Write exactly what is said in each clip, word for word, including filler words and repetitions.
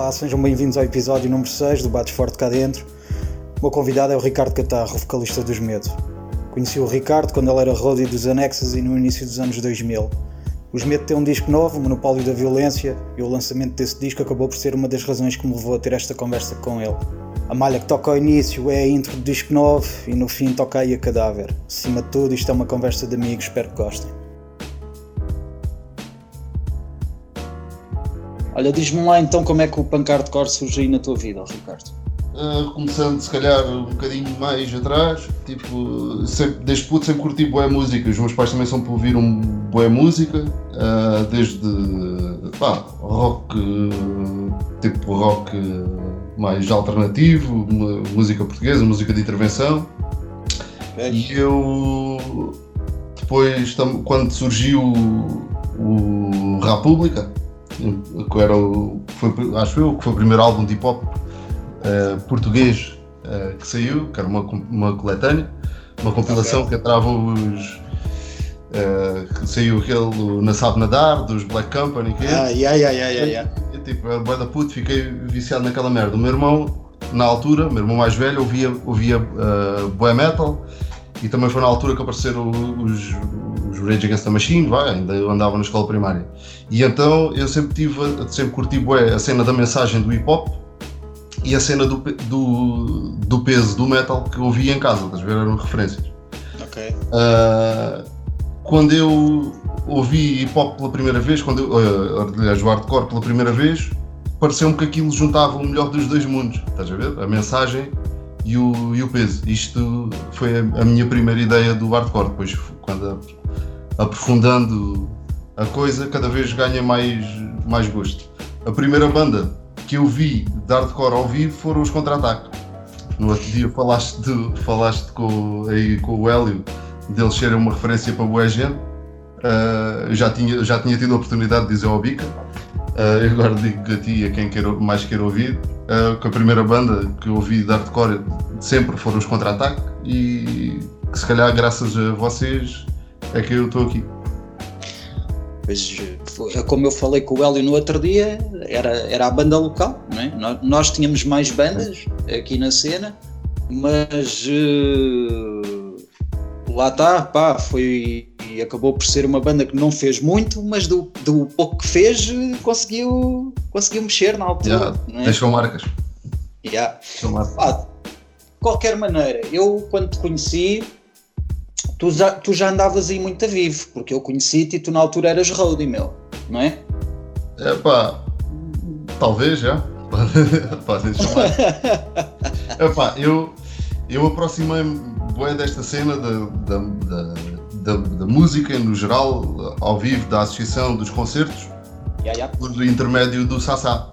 Olá, sejam bem-vindos ao episódio número seis do Bates Forte Cá Dentro. O meu convidado é o Ricardo Catarro, vocalista dos Medo. Conheci o Ricardo quando ele era roadie dos Anexas e no início dos anos dois mil. Os Medo têm um disco novo, o Monopólio da Violência, e o lançamento desse disco acabou por ser uma das razões que me levou a ter esta conversa com ele. A malha que toca ao início é a intro do disco novo e no fim toca aí a Cadáver. Acima de tudo, isto é uma conversa de amigos, espero que gostem. Olha, diz-me lá então como é que o punk hardcore surge aí na tua vida, Ricardo? Uh, começando se calhar um bocadinho mais atrás, tipo, sempre, desde puto sempre curti bué música, os meus pais também são para ouvir um bué música, uh, desde pá, rock, tipo rock mais alternativo, música portuguesa, música de intervenção. É. E eu depois, quando surgiu o República, que era o, foi, acho eu que foi o primeiro álbum de hip hop Uh, português uh, que saiu, que era uma, uma coletânea, uma compilação okay. que entrava os uh, que saiu aquele Na Sabe Nadar, dos Black Company, que ah, yeah, yeah, yeah, yeah, yeah. E, tipo, eu, bué da puto, fiquei viciado naquela merda. O meu irmão, na altura, o meu irmão mais velho, ouvia, ouvia uh, bué metal, e também foi na altura que apareceram os, os Rage Against the Machine, vai, ainda eu andava na escola primária. E então eu sempre tive, sempre curti bué a cena da mensagem do hip hop e a cena do, do, do peso do metal que eu ouvia em casa, estás a ver? Eram referências. Ok. Uh, quando eu ouvi hip hop pela primeira vez, quando eu, aliás, o hardcore pela primeira vez, pareceu-me que aquilo juntava o melhor dos dois mundos, estás a ver? A mensagem e o, e o peso. Isto foi a, a minha primeira ideia do hardcore. Depois, quando aprofundando a coisa, cada vez ganha mais, mais gosto. A primeira banda que eu vi de hardcore ao vivo foram os Contra-Ataque. No outro dia falaste, de, falaste com, aí, com o Hélio deles serem uma referência para boa gente. Uh, já, tinha, já tinha tido a oportunidade de dizer ao Bica, uh, agora digo a ti e a quem quer, mais queira ouvir, uh, que a primeira banda que eu ouvi de hardcore sempre foram os Contra-Ataque e que se calhar graças a vocês é que eu estou aqui. Pois, como eu falei com o Hélio no outro dia, era, era a banda local, não é? nós, nós tínhamos mais bandas aqui na cena, mas uh, lá está, pá, foi, e acabou por ser uma banda que não fez muito, mas do, do pouco que fez conseguiu, conseguiu mexer na altura. Yeah, não é? Deixou marcas. Yeah. Deixou marcas. Pá, de qualquer maneira, eu quando te conheci, Tu já, tu já andavas aí muito a vivo, porque eu conheci-te e tu na altura eras roadie, meu, não é? É pá, talvez já, podem chamar. É pá, eu, eu aproximei-me bué desta cena da, da, da, da, da música no geral, ao vivo, da associação, dos concertos, yeah, yeah. por intermédio do Sassá.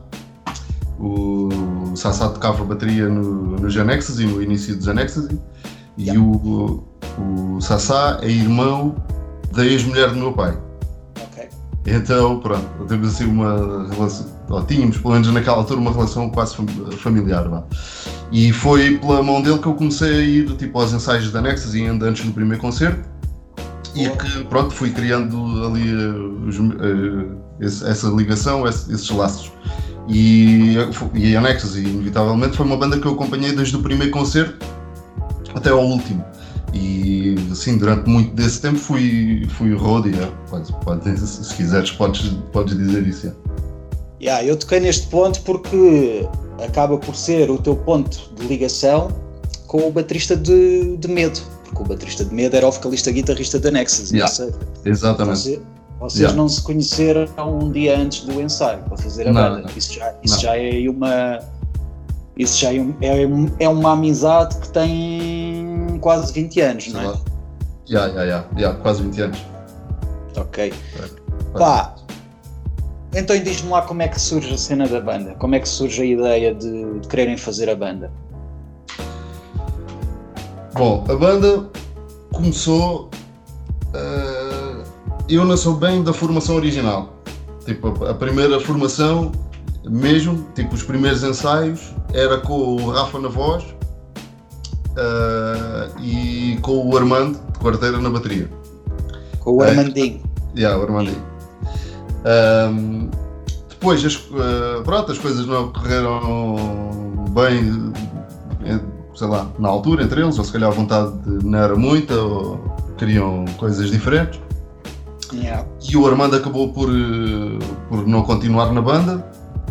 O Sassá tocava bateria no, nos Anexas e no início dos Anexas. E yeah. o, o Sassá é irmão da ex-mulher do meu pai. Ok. Então, pronto, temos assim uma relação, ou tínhamos pelo menos naquela altura uma relação quase familiar, vá. E foi pela mão dele que eu comecei a ir tipo aos ensaios de Anexas e ainda antes do primeiro concerto. E oh. que, pronto, fui criando ali uh, os, uh, esse, essa ligação, esse, esses laços. E, e Anexas, inevitavelmente, foi uma banda que eu acompanhei desde o primeiro concerto até ao último, e assim durante muito desse tempo fui, fui roadie, é? pode, pode, se quiseres podes, podes dizer isso. É? Yeah, eu toquei neste ponto porque acaba por ser o teu ponto de ligação com o baterista de, de Medo, porque o baterista de Medo era o vocalista guitarrista da Nexus. Yeah, exatamente. Você, vocês yeah. não se conheceram um dia antes do ensaio para fazer a não, banda, não. isso, já, isso já é uma... Isso já é, é uma amizade que tem quase vinte anos, não é? Já, já, já, já, quase vinte anos. Ok. É, pá, então diz-me lá como é que surge a cena da banda, como é que surge a ideia de, de quererem fazer a banda? Bom, a banda começou, uh, eu não sou bem da formação original, tipo a, a primeira formação mesmo, tipo os primeiros ensaios era com o Rafa na voz uh, e com o Armando de Quarteira na bateria. Com o Armandinho. Uh, yeah, o Armandinho. Um, depois as, uh, pronto, as coisas não correram bem, sei lá, na altura entre eles, ou se calhar a vontade não era muita, ou queriam coisas diferentes. Yeah. E o Armando acabou por, por não continuar na banda,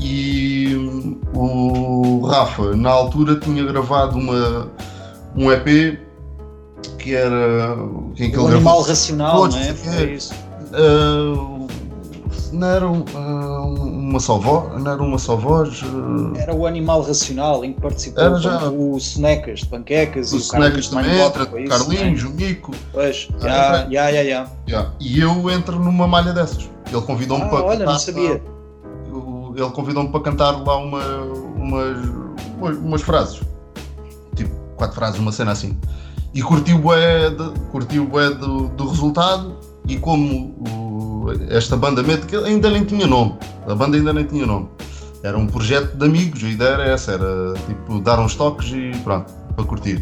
e o Rafa na altura tinha gravado uma, um E P que era que em que o ele Animal gravou, Racional, todos, não é? é, Foi isso. Uh, não era uh, uma só voz, não era uma só voz. Uh, era o Animal Racional, em que participou já, o Sonecas de Panquecas, o e o Sonecas também entra, o Carlinhos, o Nico. Pois, já, já, já, já. Yeah. E eu entro numa malha dessas. Ele convidou-me ah, para olha, cantar. Não sabia. Uh, ele convidou-me para cantar lá uma, umas, umas, umas frases. Tipo, quatro frases, uma cena assim. E curti o bué, de, curti o bué do, do resultado, e como o, esta banda Medo, que ainda nem tinha nome, a banda ainda nem tinha nome, era um projeto de amigos, a ideia era essa, era tipo dar uns toques e pronto, para curtir.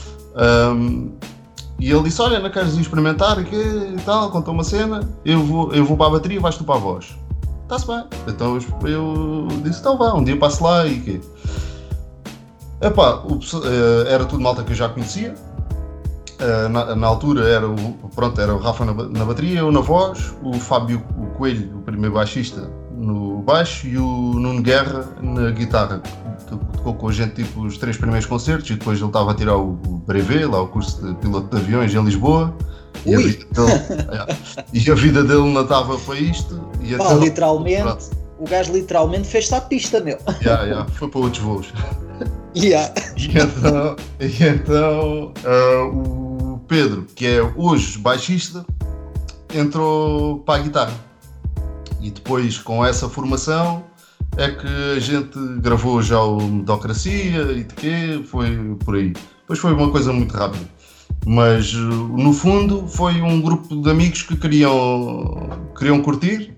Um, e ele disse, olha, não queres ir experimentar e, que, e tal, contou uma cena, eu vou, eu vou para a bateria e vais tu para a voz. Está-se bem. Então eu, eu disse, então vá, um dia passo lá e quê? Epá, o, era tudo malta que eu já conhecia. Uh, na, na altura era o, pronto, era o Rafa na, na bateria, eu na voz, o Fábio o Coelho, o primeiro baixista, no baixo, e o Nuno Guerra na guitarra, que tocou com a gente tipo os três primeiros concertos, e depois ele estava a tirar o, o brevet, lá o curso de piloto de aviões em Lisboa, e a, vida dele, é, e a vida dele não estava para isto. E Pá, então, literalmente, pronto. O gajo literalmente fez-se à pista, meu. Yeah, yeah, foi para outros voos. Yeah. E então, e então uh, o Pedro, que é hoje baixista, entrou para a guitarra. E depois, com essa formação, é que a gente gravou já o Medocracia e de quê, foi por aí. Depois foi uma coisa muito rápida. Mas, no fundo, foi um grupo de amigos que queriam, queriam curtir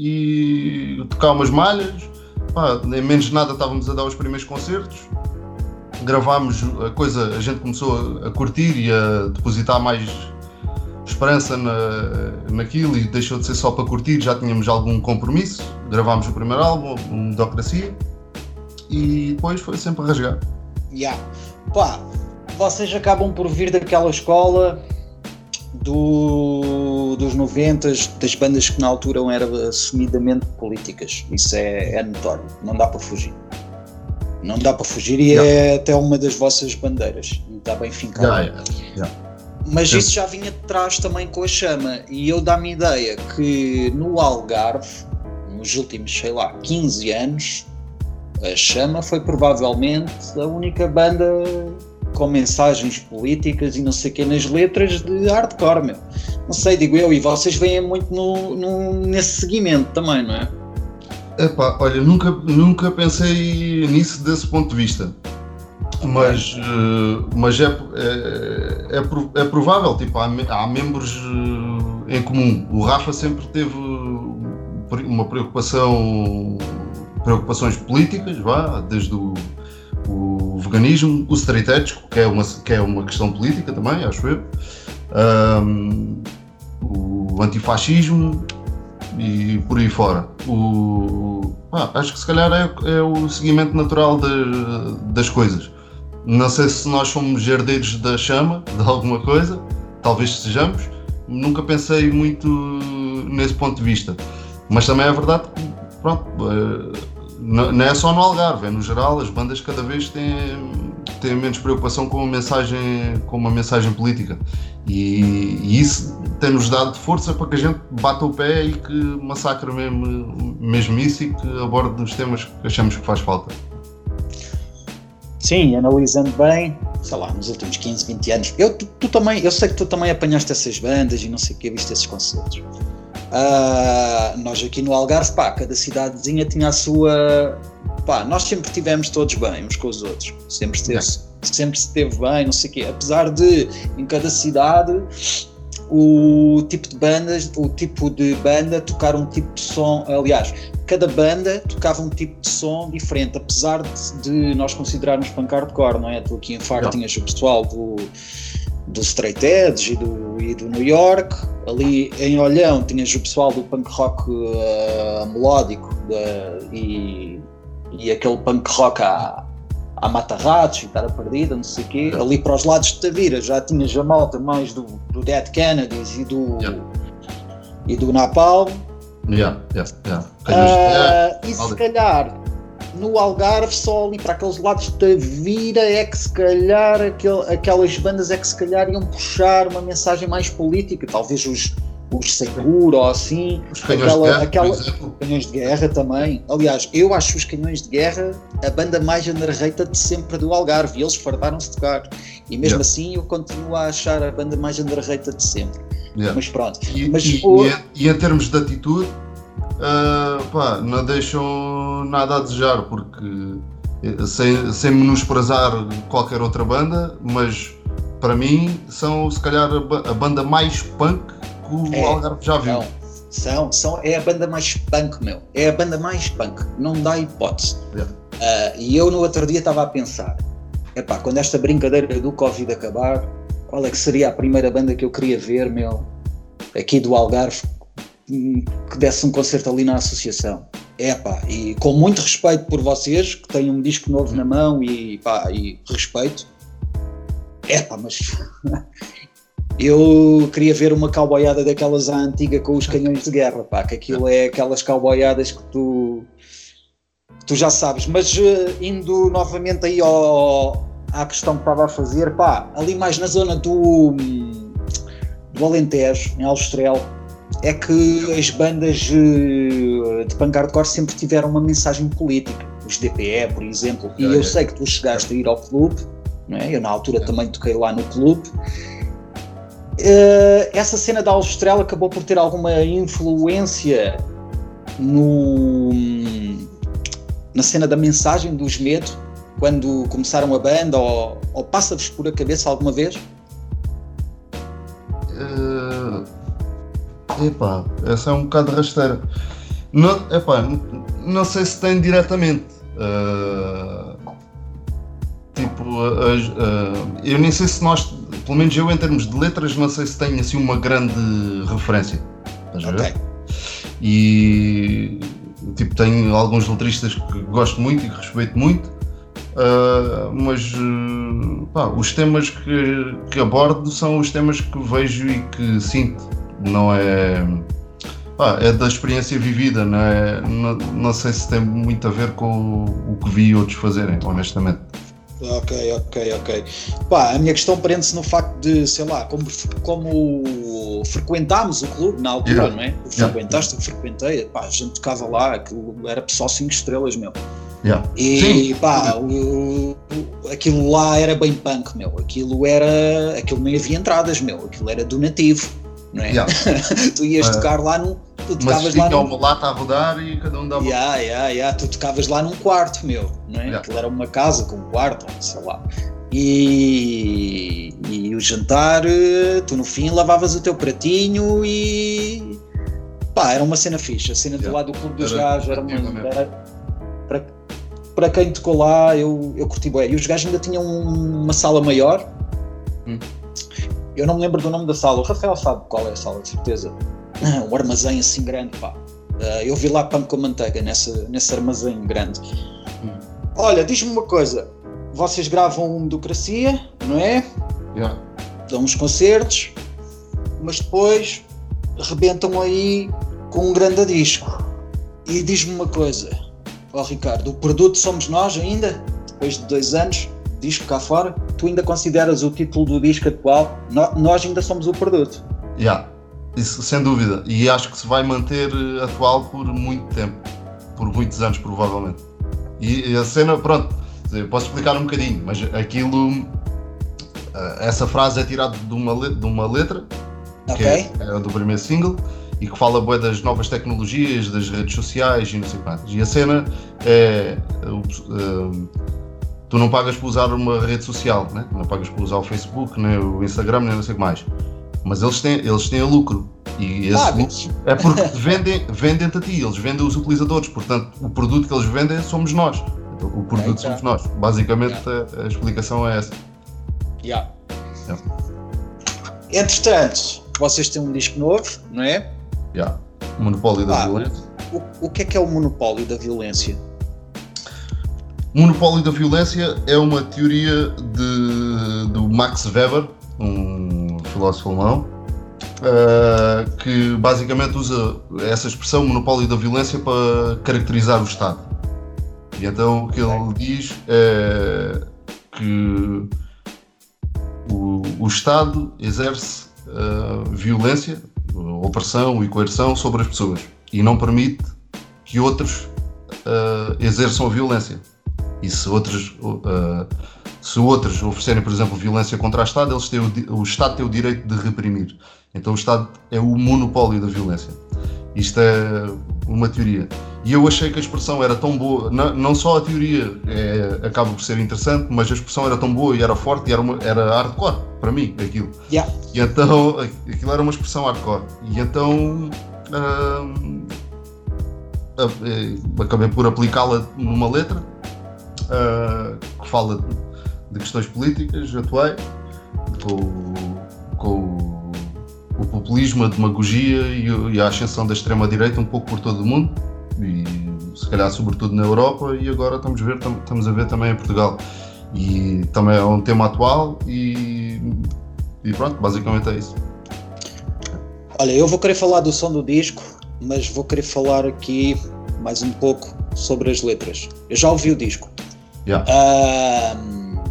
e tocar umas malhas. Pá, nem menos de nada estávamos a dar os primeiros concertos. Gravámos a coisa, a gente começou a curtir e a depositar mais esperança na, naquilo, e deixou de ser só para curtir, já tínhamos algum compromisso. Gravámos o primeiro álbum, o Medocracia, e depois foi sempre a rasgar. Yeah. Pá, vocês acabam por vir daquela escola do, dos noventas, das bandas que na altura eram assumidamente políticas. Isso é, é notório, não dá para fugir. Não dá para fugir e yeah. é até uma das vossas bandeiras. Está bem fincado. Yeah, yeah, yeah. Mas isso já vinha de trás também com a Chama, e eu dá-me ideia que no Algarve, nos últimos, sei lá, quinze anos, a Chama foi provavelmente a única banda com mensagens políticas e não sei o que nas letras de hardcore, meu. Não sei, digo eu, e vocês veem muito no, no, nesse seguimento também, não é? Epá, olha, nunca, nunca pensei nisso desse ponto de vista. Mas, uh, mas é, é, é, é provável, tipo, há, há membros uh, em comum. O Rafa sempre teve uma preocupação, preocupações políticas, vá, desde o, o veganismo, o straight edge, que é, uma, que é uma questão política também, acho eu, um, o antifascismo e por aí fora. O, ah, acho que se calhar é, é o seguimento natural de, das coisas. Não sei se nós somos herdeiros da Chama, de alguma coisa, talvez sejamos. Nunca pensei muito nesse ponto de vista. Mas também é verdade que, pronto, não é só no Algarve, é no geral, as bandas cada vez têm, têm menos preocupação com uma mensagem, com uma mensagem política. E, e isso tem-nos dado força para que a gente bata o pé e que massacre mesmo, mesmo isso, e que aborde os temas que achamos que faz falta. Sim, analisando bem, sei lá, nos últimos quinze, vinte anos, eu, tu, tu também, eu sei que tu também apanhaste essas bandas e não sei o que, viste esses concertos. Uh, nós aqui no Algarve, pá, cada cidadezinha tinha a sua, pá, nós sempre estivemos todos bem uns com os outros, sempre esteve, sempre se esteve bem, não sei o quê, apesar de em cada cidade o tipo de bandas, o tipo de banda tocar um tipo de som, aliás, cada banda tocava um tipo de som diferente, apesar de, de nós considerarmos punk hardcore, não é? Tu aqui em Faro não. tinhas o pessoal do, do Straight Edge e do, e do New York, ali em Olhão tinhas o pessoal do punk rock uh, melódico uh, e, e aquele punk rock à, à mata-ratos e estar a perdida, não sei o quê. Ali para os lados de Tavira já tinhas a malta mais do, do Dead Kennedys e do, yeah. e do Napalm. Yeah, yeah, yeah. Uh, e se calhar no Algarve só ali para aqueles lados de Tavira é que se calhar aquel, aquelas bandas é que se calhar iam puxar uma mensagem mais política, talvez os, os Seguro ou assim, os canhões aquela, de guerra, aquela, canhões de guerra também. Aliás, eu acho os Canhões de Guerra a banda mais underrated de sempre do Algarve e eles fardaram-se de tocar e mesmo yeah. assim eu continuo a achar a banda mais underrated de sempre. Yeah. Mas pronto. E, Mas, e, o... e, e em termos de atitude, uh, pá, não deixam nada a desejar, porque sem, sem menosprezar qualquer outra banda, mas para mim são se calhar a banda mais punk que o é, Algarve já viu. Não, são, são, é a banda mais punk, meu. É a banda mais punk, não dá hipótese. Yeah. Uh, e eu no outro dia estava a pensar, epá, quando esta brincadeira do Covid acabar, qual é que seria a primeira banda que eu queria ver, meu, aqui do Algarve, que desse um concerto ali na associação? É pá, e com muito respeito por vocês, que têm um disco novo na mão e pá, e respeito, é pá, mas eu queria ver uma cowboyada daquelas à antiga com os Canhões de Guerra, pá, que aquilo é aquelas cowboyadas que tu, que tu já sabes, mas uh, indo novamente aí ao à questão que estava a fazer, pá, ali mais na zona do, do Alentejo, em Aljustrel, é que as bandas de punk hardcore sempre tiveram uma mensagem política, os D P E, por exemplo, e eu sei que tu chegaste a ir ao clube, não é? Eu na altura também toquei lá no clube. Uh, essa cena da Aljustrel acabou por ter alguma influência no, na cena da mensagem dos Medo, quando começaram a banda, ou, ou passa-vos por a cabeça alguma vez? Uh, epá, essa é um bocado rasteira. Não, epá, não sei se tem diretamente. Uh, tipo, uh, uh, eu nem sei se nós, pelo menos eu em termos de letras, não sei se tem assim uma grande referência. Estás a ver? Okay. E tipo, tenho alguns letristas que gosto muito e que respeito muito. Uh, mas uh, pá, os temas que, que abordo são os temas que vejo e que sinto, não é, pá, é da experiência vivida, não, é, não, não sei se tem muito a ver com o, o que vi outros fazerem, honestamente. Ok, ok, ok. Pá, a minha questão prende-se no facto de, sei lá, como, como frequentámos o clube na altura, yeah. não é? Tu frequentaste, eu frequentei, pá, a gente tocava lá, aquilo era pessoal cinco estrelas, meu. Yeah. E sim. Pá, o, o, aquilo lá era bem punk, meu, aquilo era, aquilo nem havia entradas, meu, aquilo era donativo, não é? Yeah. Tu ias uh, tocar lá num, tu tocavas lá num... uma lata a rodar e cada um dava... Yeah, yeah, yeah. Tu tocavas lá num quarto, meu, não é? Yeah. Aquilo era uma casa com um quarto, sei lá. E, e o jantar, tu no fim lavavas o teu pratinho e... Pá, era uma cena fixe, a cena yeah. do lado do Clube dos Gajos era uma... Era, para, para quem tocou lá, eu, eu curti bem. E os gajos ainda tinham uma sala maior. Hum. Eu não me lembro do nome da sala. O Rafael sabe qual é a sala, de certeza. Um armazém assim grande, pá. Eu vi lá pão com manteiga nessa, nesse armazém grande. Hum. Olha, diz-me uma coisa. Vocês gravam um Democracia, não é? Yeah. Dão uns concertos, mas depois rebentam aí com um grande disco. E diz-me uma coisa. Ó oh, Ricardo, o produto somos nós ainda? Depois de dois anos, disco cá fora, tu ainda consideras o título do disco atual? No, nós ainda somos o produto. Já, yeah, isso sem dúvida. E acho que se vai manter atual por muito tempo. Por muitos anos, provavelmente. E a cena, pronto, posso explicar um bocadinho, mas aquilo, essa frase é tirada de uma, de uma letra, okay. que é, é do primeiro single, e que fala bué das novas tecnologias, das redes sociais e não sei quantas. E a cena é... Uh, tu não pagas por usar uma rede social, né? Não pagas por usar o Facebook, nem o Instagram, nem não sei o que mais. mas eles têm, eles têm lucro. E esse Ah, lucro é porque vendem, vendem-te a ti, eles vendem os utilizadores, portanto o produto que eles vendem somos nós. Então, o produto Okay, somos tá. nós. Basicamente Yeah. a, a explicação é essa. Yeah. Yeah. Entretanto, vocês têm um disco novo, não é? Yeah. O monopólio da Ah, violência. O, o que é que é o monopólio da violência? O monopólio da violência é uma teoria de, do Max Weber, um filósofo alemão, uh, que basicamente usa essa expressão monopólio da violência para caracterizar o Estado. E então o que ele diz é que o, o Estado exerce uh, violência, opressão e coerção sobre as pessoas e não permite que outros uh, exerçam a violência. E se outros, uh, se outros oferecerem, por exemplo, violência contra o Estado, eles têm o, o Estado tem o direito de reprimir. Então o Estado é o monopólio da violência. Isto é uma teoria. E eu achei que a expressão era tão boa, não, não só a teoria é, acaba por ser interessante, mas a expressão era tão boa e era forte e era, uma, era hardcore, para mim, aquilo. Yeah. E então, aquilo era uma expressão hardcore. E então, uh, acabei por aplicá-la numa letra uh, que fala de questões políticas atuais, com, com o populismo, a demagogia e, e a ascensão da extrema-direita um pouco por todo o mundo. E se calhar sobretudo na Europa, e agora estamos a ver, estamos a ver também em Portugal. E também é um tema atual e, e pronto, basicamente é isso. Olha, eu vou querer falar do som do disco, mas vou querer falar aqui mais um pouco sobre as letras. Eu já ouvi o disco. Yeah. Um,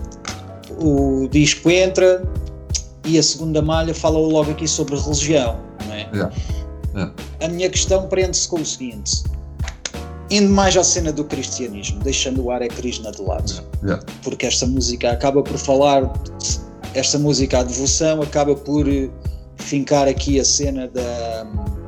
o disco entra e a segunda malha fala logo aqui sobre religião, não é? Yeah. Yeah. A minha questão prende-se com o seguinte: indo mais à cena do cristianismo, deixando o Hare Krishna de lado, Yeah. porque esta música acaba por falar, esta música, a devoção, acaba por fincar aqui a cena da,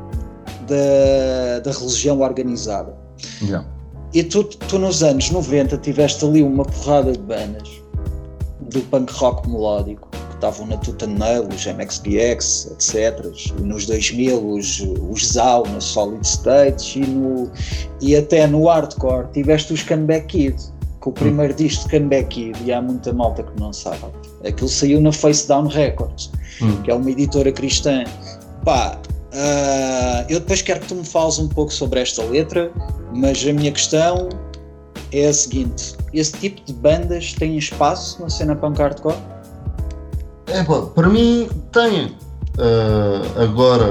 da, da religião organizada. Yeah. E tu, tu nos anos noventa tiveste ali uma porrada de bandas do punk rock melódico que estavam na Tooth and Nail, os M X P X, etcétera. E nos dois mil os, os Zao na Solid State e, no, e até no hardcore tiveste os Comeback Kid, com o primeiro hum. disco de Comeback Kid, e há muita malta que não sabe. Aquilo saiu na Face Down Records, hum. que é uma editora cristã. Pá, uh, eu depois quero que tu me fales um pouco sobre esta letra, mas a minha questão é a seguinte: esse tipo de bandas tem espaço na cena punk hardcore? É, pá, para mim tem. Uh, agora,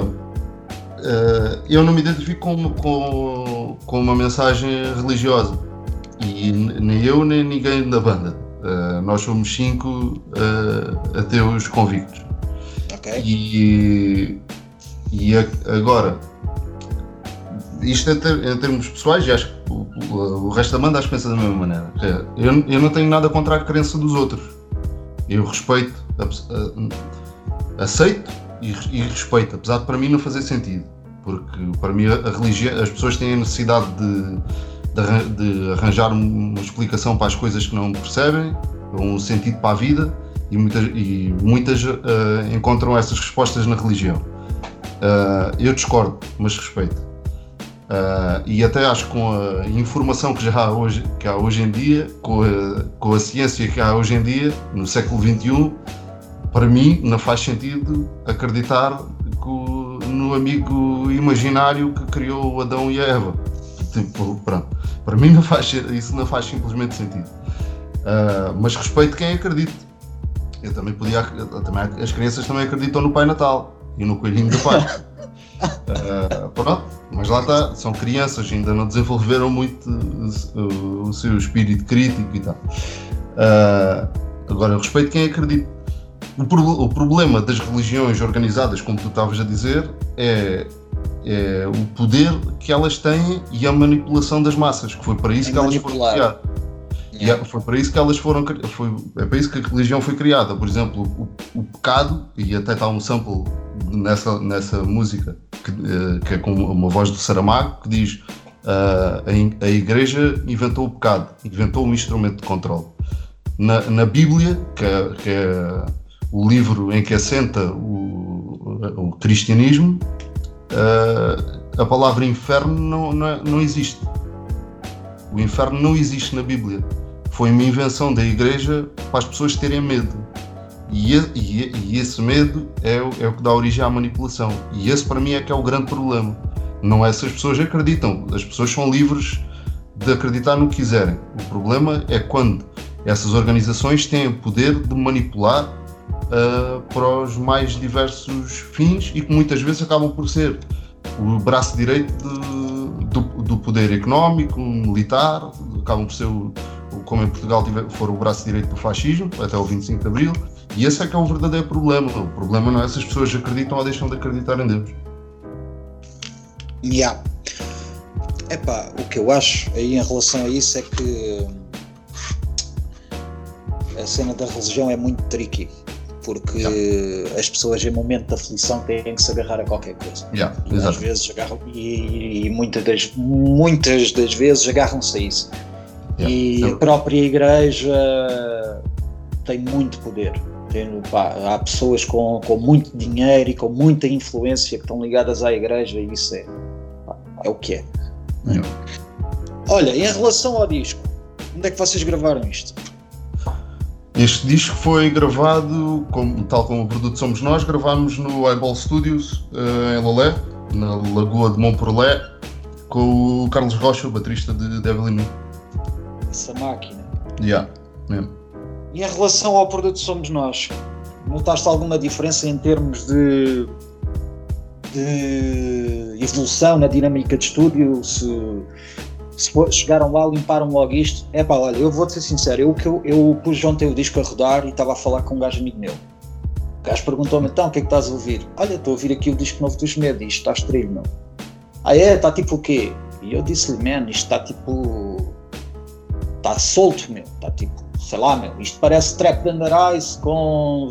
uh, eu não me identifico com, com, com uma mensagem religiosa, e nem eu nem ninguém da banda. Uh, nós somos cinco uh, ateus convictos. Okay. E, e agora, isto em termos pessoais, e acho que o, o resto da banda acho que pensa da mesma maneira. Eu, eu não tenho nada contra a crença dos outros. Eu respeito, aceito e, e respeito, apesar de para mim não fazer sentido. Porque para mim a religião, as pessoas têm a necessidade de, de, de arranjar uma explicação para as coisas que não percebem, um sentido para a vida, e muitas, e muitas uh, encontram essas respostas na religião. Uh, eu discordo, mas respeito. Uh, e até acho que com a informação que já há hoje, que há hoje em dia, com a, com a ciência que há hoje em dia, no século vinte e um, para mim não faz sentido acreditar que o, no amigo imaginário que criou Adão e a Eva. Tipo, pronto. Para mim não faz, isso não faz simplesmente sentido. Uh, mas respeito quem acredita. Eu também podia, também, as crianças também acreditam no Pai Natal e no Coelhinho do Pai. Uh, pronto, mas lá está, são crianças, ainda não desenvolveram muito o, o seu espírito crítico e tal. Uh, agora, eu respeito quem acredita. O, pro, o problema das religiões organizadas, como tu estavas a dizer, é, é o poder que elas têm e a manipulação das massas, que foi para isso é que elas foram criadas. Yeah. E foi para isso que elas foram foi, é para isso que a religião foi criada. Por exemplo, o, o pecado, e até está um sample nessa, nessa música que, que é com uma voz do Saramago, que diz uh, a, a igreja inventou o pecado, inventou um instrumento de controle. Na, na Bíblia, que é, que é o livro em que assenta o, cristianismo, uh, a palavra inferno não, não, não existe. O inferno não existe na Bíblia. Foi uma invenção da Igreja para as pessoas terem medo. E, e, e esse medo é o, é o que dá origem à manipulação. E esse, para mim, é que é o grande problema. Não é se as pessoas acreditam. As pessoas são livres de acreditar no que quiserem. O problema é quando essas organizações têm o poder de manipular uh, para os mais diversos fins e que muitas vezes acabam por ser o braço direito de, do, do poder económico, militar, acabam por ser, o, o, como em Portugal tiver, for o braço direito do fascismo, até o vinte e cinco de Abril, e esse é que é o verdadeiro problema. O problema não é se as pessoas acreditam ou deixam de acreditar em Deus. Yeah. Epá, o que eu acho aí em relação a isso é que a cena da religião é muito tricky, porque yeah. as pessoas em momento de aflição têm que se agarrar a qualquer coisa. Yeah, e às vezes agarram, e, e muitas, das, muitas das vezes agarram-se a isso. Yeah. E Sim. a própria igreja tem muito poder. Tem, pá, há pessoas com, com muito dinheiro e com muita influência que estão ligadas à igreja, e isso é, pá, é o que é. Yeah. Olha, em relação ao disco, onde é que vocês gravaram isto? Este disco foi gravado, como, tal como o produto Somos Nós, gravámos no Eyeball Studios, uh, em Lolé, na Lagoa de Montporlé, com o Carlos Rocha, o baterista de Devil in Me. Essa máquina. Yeah, mesmo. E em relação ao produto Somos Nós, notaste alguma diferença em termos de, de evolução na dinâmica de estúdio? Se, se chegaram lá, limparam logo isto? É pá, olha, eu vou-te ser sincero, eu, eu, eu pus ontem o disco a rodar e estava a falar com um gajo amigo meu. O gajo perguntou-me, então, o que é que estás a ouvir? Olha, estou a ouvir aqui o disco novo dos Medo, isto está estrilho, meu. Ah é? Está tipo o quê? E eu disse-lhe, man, isto está tipo... está solto, meu, está tipo... sei lá, meu, isto parece Trap Thunder Ice com,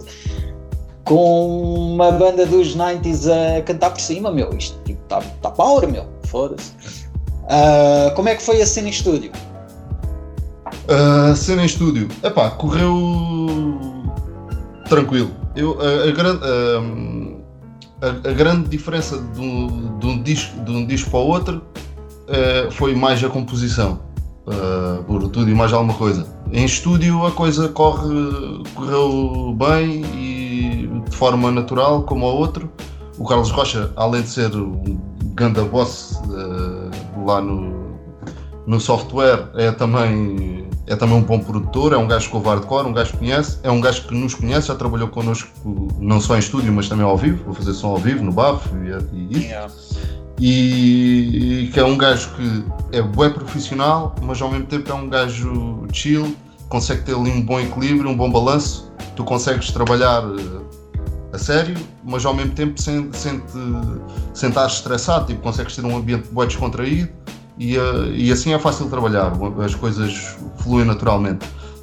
com uma banda dos noventa a cantar por cima, meu, isto tipo, está tá power, meu, foda-se. Uh, como é que foi a cena em estúdio? A uh, cena em estúdio, epá, correu tranquilo. Eu, a, a, grande, a, a, a grande diferença de um, de um disco, de um disco para o outro uh, foi mais a composição. Uh, por tudo e mais alguma coisa. Em estúdio a coisa corre, correu bem e de forma natural, como ao outro. O Carlos Rocha, além de ser um ganda boss uh, lá no, no software, é também, é também um bom produtor, é um gajo que ouve hardcore, um gajo que conhece, é um gajo que nos conhece, já trabalhou connosco não só em estúdio, mas também ao vivo, vou fazer som ao vivo, no bafo e, e isso. Yeah. E, e que é um gajo que é bué profissional, mas ao mesmo tempo é um gajo chill, consegue ter ali um bom equilíbrio, um bom balanço. Tu consegues trabalhar a sério, mas ao mesmo tempo sem, sem, te, sem estar estressado, tipo, consegues ter um ambiente bué descontraído e, e assim é fácil trabalhar, as coisas fluem naturalmente.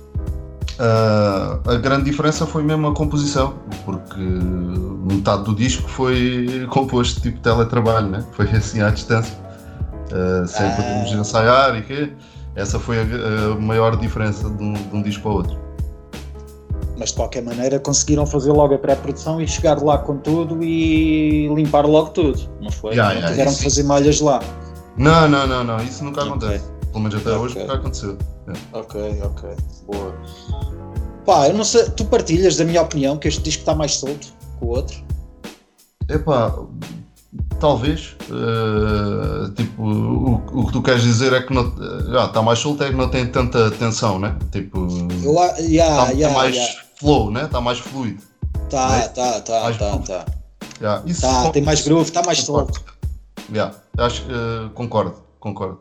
Uh, a grande diferença foi mesmo a composição, porque metade do disco foi composto tipo teletrabalho, né? Foi assim à distância, uh, sem podermos ah. ensaiar e quê. Essa foi a, a maior diferença de um, de um disco para o outro. Mas de qualquer maneira conseguiram fazer logo a pré-produção e chegar lá com tudo e limpar logo tudo, não foi? Yeah, não yeah, tiveram que fazer malhas lá. Não, não, não, não, isso nunca acontece. Okay. Pelo menos até okay. hoje nunca aconteceu. Yeah. Ok, ok, boa. Pá, eu não sei, tu partilhas da minha opinião que este disco está mais solto que o outro? Epá, talvez. Uh, tipo, o, o que tu queres dizer é que não, já, está mais solto, é que não tem tanta tensão, né? Tipo, eu, yeah, está, yeah, está mais yeah. flow, né? Está mais fluido. Tá, né? tá, tá, mais tá, tá. Yeah, isso tá com, tem mais groove, está mais solto. Yeah, acho que uh, concordo, concordo.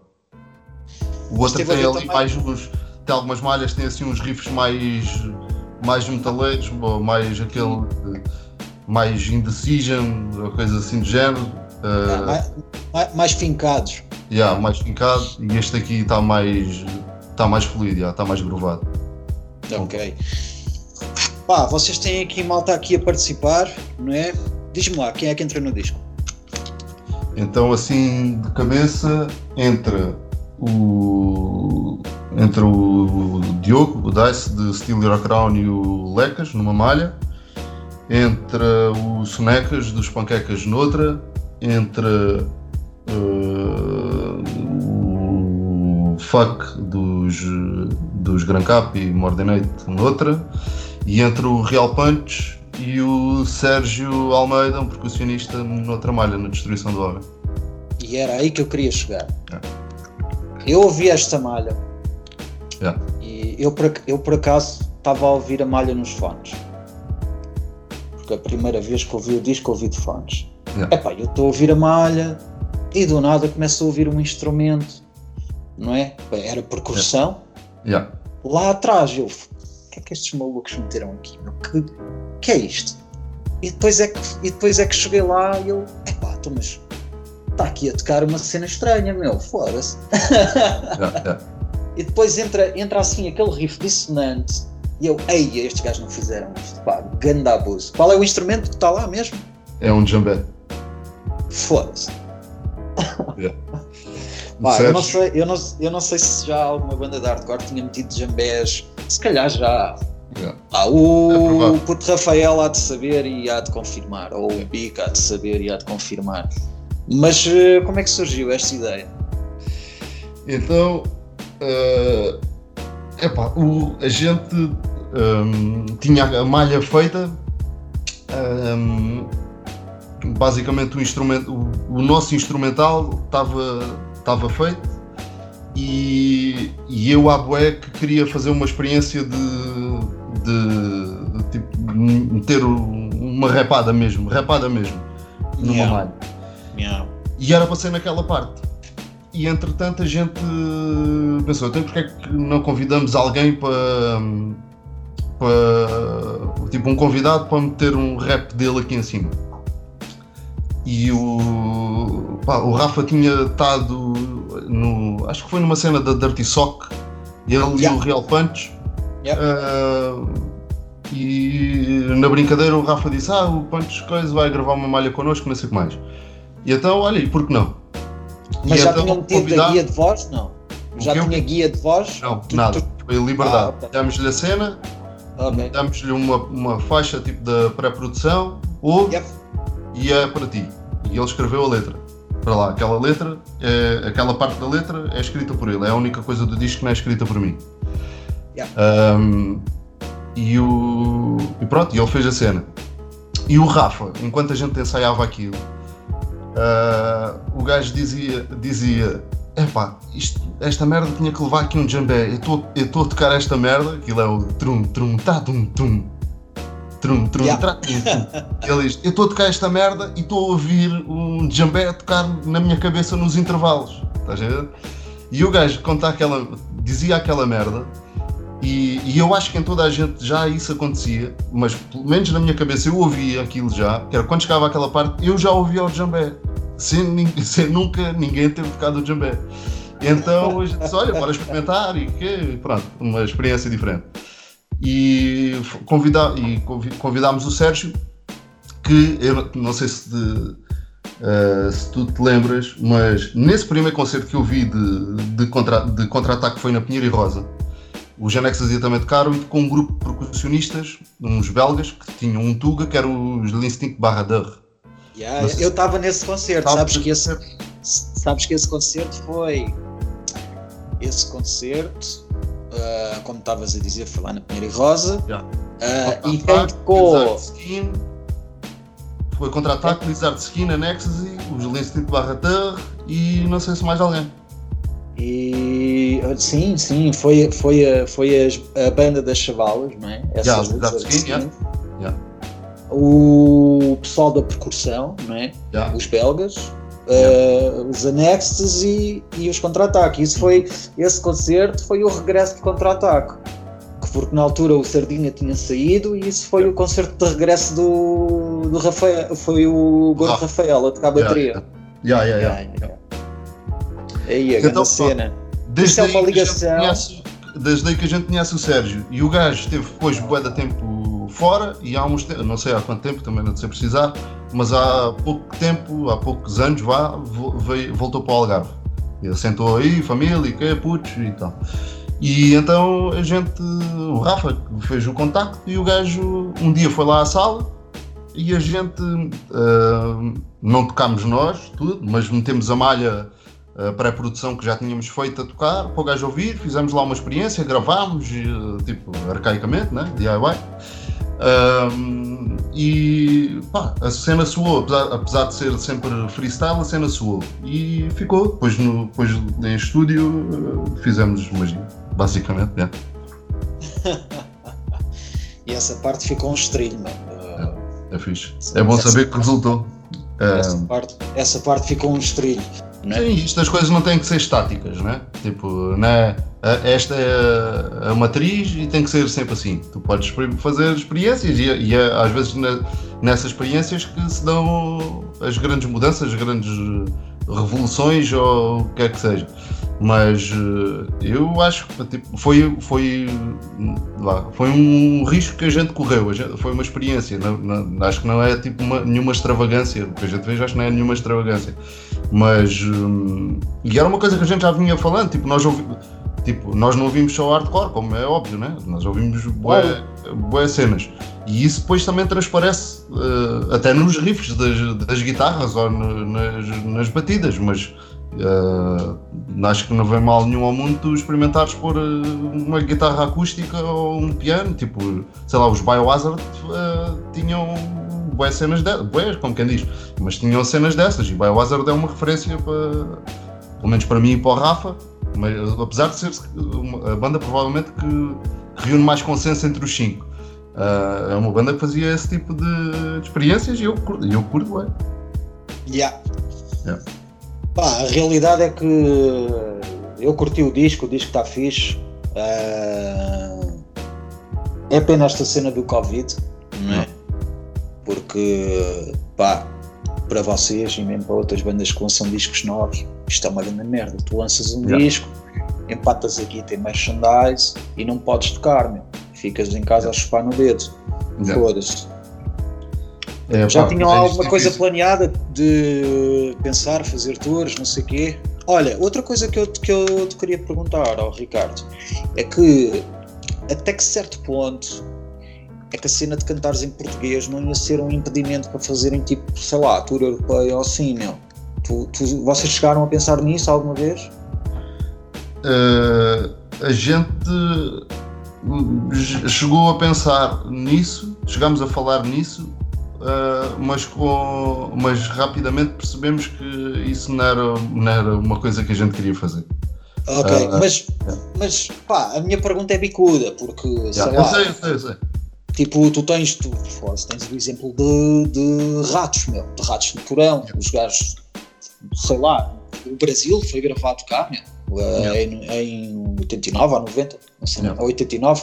O outro tem ali também mais uns, tem algumas malhas, tem assim uns riffs mais, mais metaleiros, ou mais aquele, mais indecision, ou coisa assim do género. Uh, ah, mais, mais, mais fincados. Yeah, mais fincado, e este aqui está mais, está mais fluido, yeah, está mais grovado. Ok. Pá, vocês têm aqui malta aqui a participar, não é? Diz-me lá, quem é que entra no disco? Então assim, de cabeça, entra o, entre o Diogo, o Dice de Steel Your Crown e o Lecas numa malha. entra o Sonecas dos Panquecas noutra, entra uh, o Fuck dos, dos Gran Cap e Mordinate noutra, e entre o Real Punch e o Sérgio Almeida, um percussionista noutra malha, na Destruição do Homem. E era aí que eu queria chegar. É. Eu ouvi esta malha é. e eu por, eu por acaso estava a ouvir a malha nos fones, porque a primeira vez que ouvi o disco ouvi de fones. É. Epá, eu estou a ouvir a malha e do nada começo a ouvir um instrumento, não é? Era percussão. É. É. Lá atrás eu, o que é que estes malucos meteram aqui? Meu? Que, que é isto? E depois é que, e depois é que cheguei lá e eu, epá, estou, mas está aqui a tocar uma cena estranha, meu, foda-se. É, é. E depois entra, entra assim aquele riff dissonante e eu, ei, estes gajos não fizeram isto, pá, ganda abuso. Qual é o instrumento que está lá mesmo? É um djembé. Foda-se. É. Pá, eu, não sei, eu, não, eu não sei se já alguma banda de hardcore tinha metido djembés, se calhar já. Yeah. Ah, o é puto Rafael há de saber e há de confirmar, ou o Bica há de saber e há de confirmar. Mas como é que surgiu esta ideia? Então, uh, epá, o, a gente um, tinha a malha feita, um, basicamente o, instrumento, o, o nosso instrumental estava, estava feito e, e eu à bué que queria fazer uma experiência de, de, de tipo, meter uma rapada mesmo, rapada mesmo, numa yeah. malha. Yeah. E era para ser naquela parte. E entretanto a gente pensou, então porque é que não convidamos alguém para, para tipo um convidado para meter um rap dele aqui em cima. E o, pá, o Rafa tinha estado no, acho que foi numa cena da Dirty Sock, ele yeah. e o Real Punch. Yeah. Uh, e na brincadeira o Rafa disse, ah, o Punch coisa vai gravar uma malha connosco, não sei o que mais. E então, olha, e por que não? Mas e já então, tinha metido convidar... a guia de voz? Não. Já que tinha eu... guia de voz? Não, tu, nada. Tu... Foi liberdade. Ah, okay. Damos-lhe a cena, okay. damos-lhe uma, uma faixa tipo da pré-produção, ouve, yep. e é para ti. E ele escreveu a letra. Para lá, aquela letra, é, aquela parte da letra é escrita por ele. É a única coisa do disco que não é escrita por mim. Yep. Um, e, o... e pronto, e ele fez a cena. E o Rafa, enquanto a gente ensaiava aquilo, Uh, o gajo dizia, dizia epá, isto, esta merda tinha que levar aqui um djembé, eu estou a tocar esta merda, aquilo é o trum, trum, tá, tum, tum, trum, trum, yeah. tra, tum, tum. Ele diz, eu estou a tocar esta merda e estou a ouvir um djembé a tocar na minha cabeça nos intervalos, estás a ver? E o gajo conta aquela, dizia aquela merda, e, e eu acho que em toda a gente já isso acontecia, mas pelo menos na minha cabeça eu ouvia aquilo já, que era quando chegava àquela parte, eu já ouvia o djembé, sem, sem nunca ninguém ter tocado o djembé. Então a gente disse, olha, bora experimentar e que, pronto, uma experiência diferente. E, convida, e convidámos o Sérgio, que eu não sei se, de, uh, se tu te lembras, mas nesse primeiro concerto que eu vi de, de, contra, de contra-ataque foi na Pinheiro e Rosa. O Genexas ia também tocar com um grupo de percussionistas, uns belgas, que tinham um Tuga, que era os L'Instinct barra Deur. Yeah, eu estava nesse concerto, sabes que, esse, sabes que esse concerto foi... Esse concerto, uh, como estavas a dizer, foi lá na Pinheiro e Rosa. Yeah. Uh, e quem tocou... Foi Contra-Ataque, Lizard Skin, a Nexus, os L'Instinct barra Deur e não sei se mais alguém. E sim, sim, foi, foi, a, foi a, a banda das Chavalas, não é? Essas yeah, skin, yeah. Yeah. O pessoal da percussão, não é? Yeah. Os belgas, yeah. uh, os Anexes e, e os Contra-Ataque. Isso foi, esse concerto foi o regresso de Contra-Ataque, porque na altura o Sardinha tinha saído e isso foi yeah. o concerto de regresso do, do Rafael, foi o Gordo ah. Rafael a tocar a bateria. Yeah, yeah, yeah. yeah, yeah. Aí, a grande então, cena. Isto é uma ligação. Conhece, desde aí que a gente conhece o Sérgio. E o gajo esteve depois bué de tempo fora e há uns tempos, não sei há quanto tempo, também não sei precisar, mas há pouco tempo, há poucos anos, vá, veio, voltou para o Algarve. Ele sentou aí, família, que putos e tal. E então a gente, o Rafa fez o contacto e o gajo um dia foi lá à sala e a gente uh, não tocámos nós, tudo, mas metemos a malha, a pré-produção que já tínhamos feito a tocar, para o gajo ouvir, fizemos lá uma experiência, gravámos, tipo, arcaicamente, né? D I Y. Um, e pá, a cena soou, apesar, apesar de ser sempre freestyle, a cena soou e ficou. Depois, no, depois em estúdio fizemos magia, basicamente. Yeah. E essa parte ficou um estrilho, mano. É, é fixe. É bom saber que resultou. Essa, um, parte, essa parte ficou um estrilho. Não é? Sim, estas coisas não têm que ser estáticas, não é? Tipo, não é, esta é a, a matriz e tem que ser sempre assim. Tu podes fazer experiências e, e é, às vezes na, nessas experiências que se dão as grandes mudanças, as grandes revoluções ou o que é que seja. Mas eu acho que tipo, foi, foi, lá, foi um risco que a gente correu, a gente, foi uma experiência, não, não, acho que não é tipo uma, nenhuma extravagância, o que a gente fez acho que não é nenhuma extravagância, mas hum, e era uma coisa que a gente já vinha falando, tipo, nós, ouvi, tipo, nós não ouvimos só hardcore, como é óbvio, né? Nós ouvimos bué, bué cenas, e isso depois também transparece uh, até nos riffs das, das guitarras ou no, nas, nas batidas, mas Uh, acho que não vem mal nenhum ao mundo tu experimentares pôr uh, uma guitarra acústica ou um piano, tipo, sei lá, os Biohazard uh, tinham boas cenas dessas, boas, como quem diz, mas tinham cenas dessas, e Biohazard é uma referência para, pelo menos para mim e para o Rafa, mas, apesar de ser uma, a banda provavelmente que reúne mais consenso entre os cinco, uh, é uma banda que fazia esse tipo de, de experiências e eu, eu curto, é. Yeah. Yeah. Pá, a realidade é que eu curti o disco, o disco está fixe. Uh, é pena esta cena do Covid, não é? Porque, pá, para vocês e mesmo para outras bandas que lançam discos novos, isto é uma grande merda. Tu lanças um yeah. disco, empatas aqui, tem merchandise e não podes tocar, meu. Ficas em casa a chupar no dedo. Yeah. Foda-se. É, já pá, tinham alguma coisa planeada de pensar, fazer tours, não sei o quê? Olha, outra coisa que eu, que eu te queria perguntar ao Ricardo é que até que certo ponto é que a cena de cantares em português não ia ser um impedimento para fazerem tipo, sei lá, tour europeia ou assim, meu? Tu, tu, vocês chegaram a pensar nisso alguma vez? Uh, a gente chegou a pensar nisso, chegámos a falar nisso. Uh, mas, com, mas rapidamente percebemos que isso não era, não era uma coisa que a gente queria fazer. Ok, uh, mas, é. mas pá, a minha pergunta é bicuda, porque sei yeah, lá, eu sei, eu sei, eu sei. Tipo, tu tens, tu, tens o exemplo de, de ratos, meu, de ratos de porão, yeah. Os gajos, sei lá, o Brasil foi gravado cá, meu, yeah. em, em oitenta e nove ou noventa, não sei, yeah. oitenta e nove.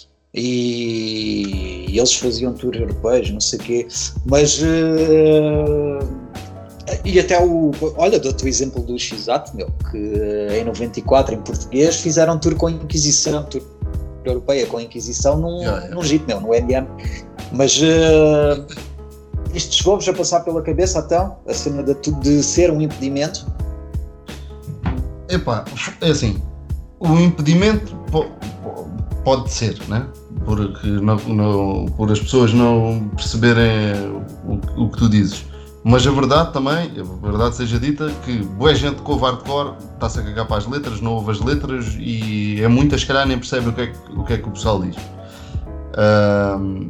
E eles faziam tours europeus, não sei o quê, mas uh, e até o, olha, dou-te o exemplo do X-Ato, meu, que em noventa e quatro em português fizeram tour com a Inquisição, tour europeia com a Inquisição num, yeah, yeah. num jeep, meu, no M M, mas uh, isto chegou-vos a passar pela cabeça então, a cena de, de ser um impedimento? Epá, é assim, o impedimento po- pode ser, né? Porque não, não, por as pessoas não perceberem o, o que tu dizes. Mas a verdade também, a verdade seja dita, que boa gente que ouve hardcore está-se a cagar para as letras, não ouve as letras e é muita, se calhar nem percebe o que é que o, que é que o pessoal diz. Um,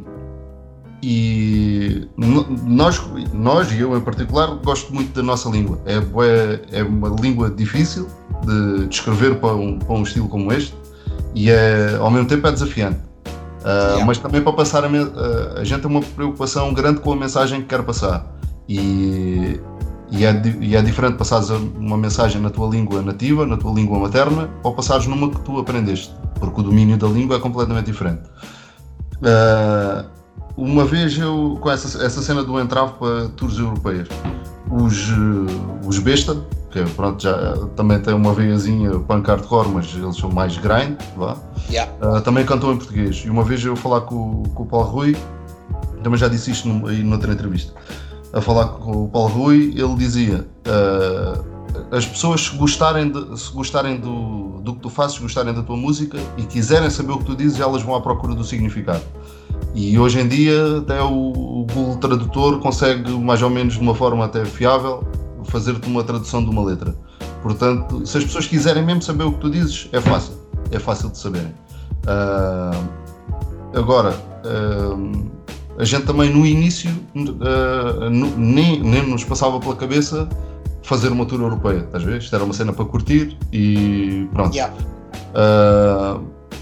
e nós, nós, e eu em particular, gosto muito da nossa língua. É, é uma língua difícil de descrever para um, para um estilo como este e é, ao mesmo tempo é desafiante. Uh, yeah. Mas também para passar a, uh, a gente tem uma preocupação grande com a mensagem que quer passar e, e, é, e é diferente passares uma mensagem na tua língua nativa, na tua língua materna, ou passares numa que tu aprendeste, porque o domínio da língua é completamente diferente. Uh, uma vez eu, com essa, essa cena do entrave para tours europeias, os, os Besta, que pronto, já também tem uma veiazinha punk hardcore, mas eles são mais grind, vá. Yeah. Uh, também cantam em português. E uma vez eu a falar com, com o Paulo Rui, também já disse isto num, aí noutra entrevista, a falar com o Paulo Rui, ele dizia uh, as pessoas se gostarem, de, se gostarem do, do que tu fazes, se gostarem da tua música e quiserem saber o que tu dizes, elas vão à procura do significado. E hoje em dia até o, Google Tradutor consegue, mais ou menos de uma forma até fiável, fazer-te uma tradução de uma letra. Portanto, se as pessoas quiserem mesmo saber o que tu dizes, é fácil, é fácil de saberem. Uh, agora, uh, a gente também no início uh, no, nem, nem nos passava pela cabeça fazer uma tour europeia, estás a ver? Isto era uma cena para curtir e pronto. Yeah. Uh,